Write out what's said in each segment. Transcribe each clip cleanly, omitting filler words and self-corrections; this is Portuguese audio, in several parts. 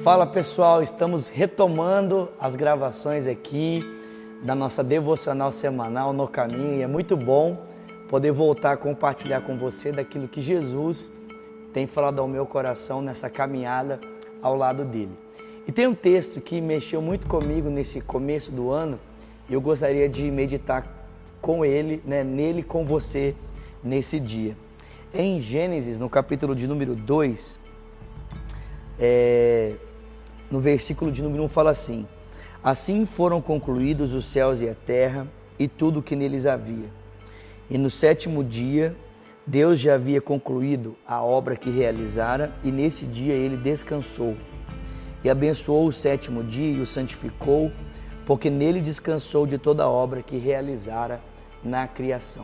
Fala pessoal, estamos retomando as gravações aqui da nossa devocional semanal No Caminho e é muito bom poder voltar a compartilhar com você daquilo que Jesus tem falado ao meu coração nessa caminhada ao lado dele. E tem um texto que mexeu muito comigo nesse começo do ano e eu gostaria de meditar com ele, nele com você nesse dia. Em Gênesis, no capítulo de número 2, no versículo de número 1 fala assim: assim foram concluídos os céus e a terra e tudo o que neles havia. E no sétimo dia, Deus já havia concluído a obra que realizara e nesse dia ele descansou. E abençoou o sétimo dia e o santificou, porque nele descansou de toda a obra que realizara na criação.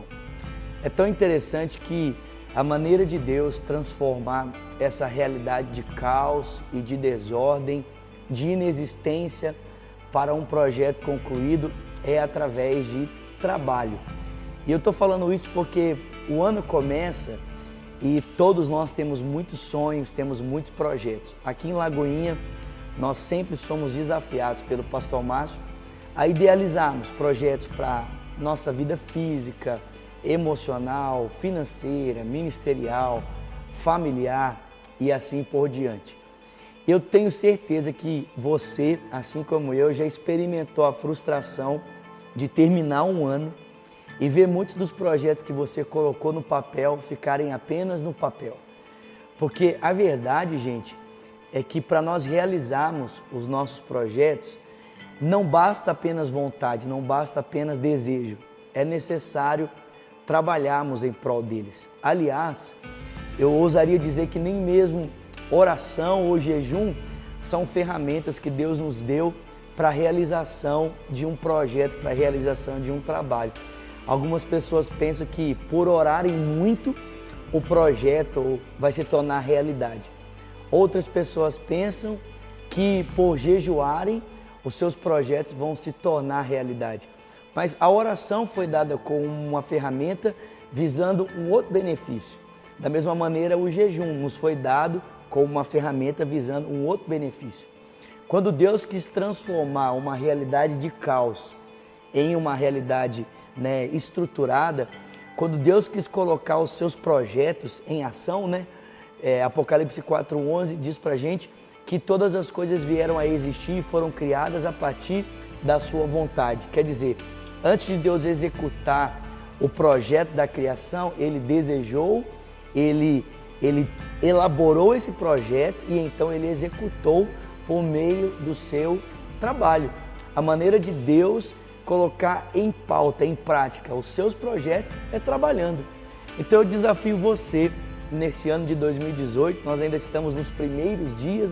É tão interessante que a maneira de Deus transformar essa realidade de caos e de desordem, de inexistência para um projeto concluído é através de trabalho. E eu estou falando isso porque o ano começa e todos nós temos muitos sonhos, temos muitos projetos. Aqui em Lagoinha, nós sempre somos desafiados pelo pastor Márcio a idealizarmos projetos para nossa vida física, emocional, financeira, ministerial, familiar e assim por diante. Eu tenho certeza que você, assim como eu, já experimentou a frustração de terminar um ano e ver muitos dos projetos que você colocou no papel ficarem apenas no papel. Porque a verdade, gente, é que para nós realizarmos os nossos projetos, não basta apenas vontade, não basta apenas desejo. É necessário trabalharmos em prol deles. Aliás, eu ousaria dizer que nem mesmo oração ou jejum são ferramentas que Deus nos deu para a realização de um projeto, para a realização de um trabalho. Algumas pessoas pensam que por orarem muito, o projeto vai se tornar realidade. Outras pessoas pensam que por jejuarem, os seus projetos vão se tornar realidade. Mas a oração foi dada como uma ferramenta visando um outro benefício. Da mesma maneira, o jejum nos foi dado como uma ferramenta visando um outro benefício. Quando Deus quis transformar uma realidade de caos em uma realidade estruturada, quando Deus quis colocar os seus projetos em ação, Apocalipse 4:11 diz pra gente que todas as coisas vieram a existir e foram criadas a partir da sua vontade. Quer dizer, antes de Deus executar o projeto da criação, Ele desejou, Ele elaborou esse projeto e então Ele executou por meio do seu trabalho. A maneira de Deus colocar em pauta, em prática, os seus projetos é trabalhando. Então eu desafio você, nesse ano de 2018, nós ainda estamos nos primeiros dias,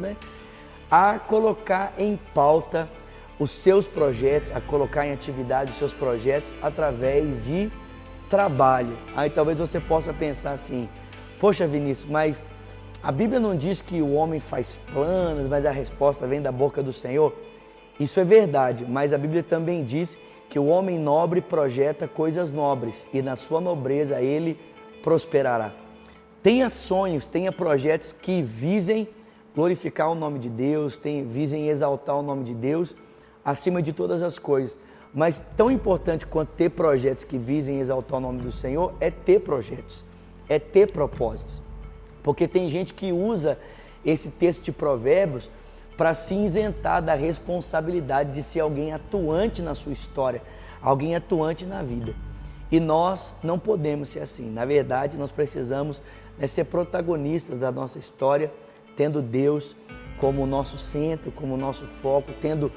a colocar em pauta os seus projetos, a colocar em atividade os seus projetos através de trabalho. Aí talvez você possa pensar assim: poxa, Vinícius, mas a Bíblia não diz que o homem faz planos, mas a resposta vem da boca do Senhor? Isso é verdade, mas a Bíblia também diz que o homem nobre projeta coisas nobres e na sua nobreza ele prosperará. Tenha sonhos, tenha projetos que visem glorificar o nome de Deus, visem exaltar o nome de Deus acima de todas as coisas. Mas tão importante quanto ter projetos que visem exaltar o nome do Senhor é ter projetos, é ter propósitos. Porque tem gente que usa esse texto de Provérbios para se isentar da responsabilidade de ser alguém atuante na sua história, alguém atuante na vida. E nós não podemos ser assim. Na verdade, nós precisamos ser protagonistas da nossa história, tendo Deus como o nosso centro, como o nosso foco, tendo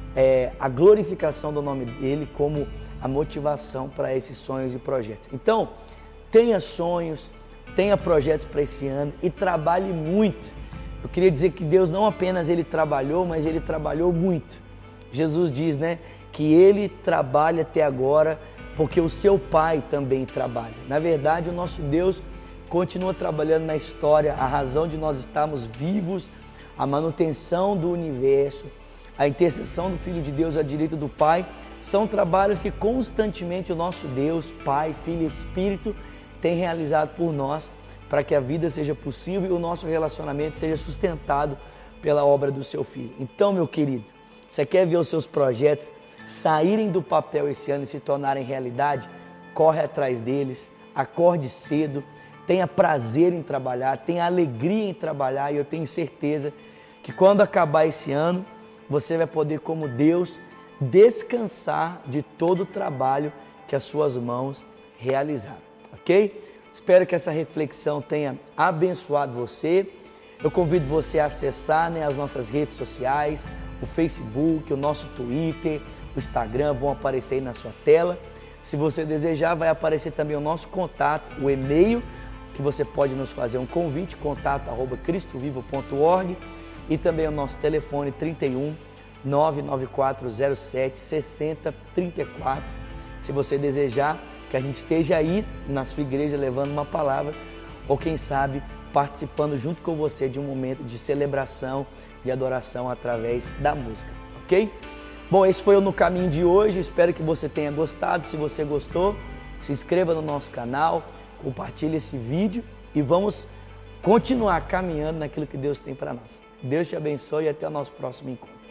a glorificação do nome dele como a motivação para esses sonhos e projetos. Então, tenha sonhos, tenha projetos para esse ano e trabalhe muito. Eu queria dizer que Deus não apenas ele trabalhou, mas ele trabalhou muito. Jesus diz, que ele trabalha até agora porque o seu Pai também trabalha. Na verdade, o nosso Deus continua trabalhando na história, a razão de nós estarmos vivos, a manutenção do universo, a intercessão do Filho de Deus à direita do Pai, são trabalhos que constantemente o nosso Deus, Pai, Filho e Espírito, tem realizado por nós, para que a vida seja possível e o nosso relacionamento seja sustentado pela obra do seu Filho. Então, meu querido, você quer ver os seus projetos saírem do papel esse ano e se tornarem realidade? Corre atrás deles, acorde cedo, tenha prazer em trabalhar, tenha alegria em trabalhar, e eu tenho certeza que quando acabar esse ano, você vai poder, como Deus, descansar de todo o trabalho que as suas mãos realizaram, ok? Espero que essa reflexão tenha abençoado você. Eu convido você a acessar, as nossas redes sociais, o Facebook, o nosso Twitter, o Instagram, vão aparecer aí na sua tela. Se você desejar, vai aparecer também o nosso contato, o e-mail, que você pode nos fazer um convite, contato@cristovivo.org, e também o nosso telefone 31 99407 6034. Se você desejar que a gente esteja aí na sua igreja levando uma palavra, ou quem sabe participando junto com você de um momento de celebração, de adoração através da música, ok? Bom, esse foi o No Caminho de hoje, espero que você tenha gostado. Se você gostou, se inscreva no nosso canal, compartilhe esse vídeo e vamos continuar caminhando naquilo que Deus tem para nós. Deus te abençoe e até o nosso próximo encontro.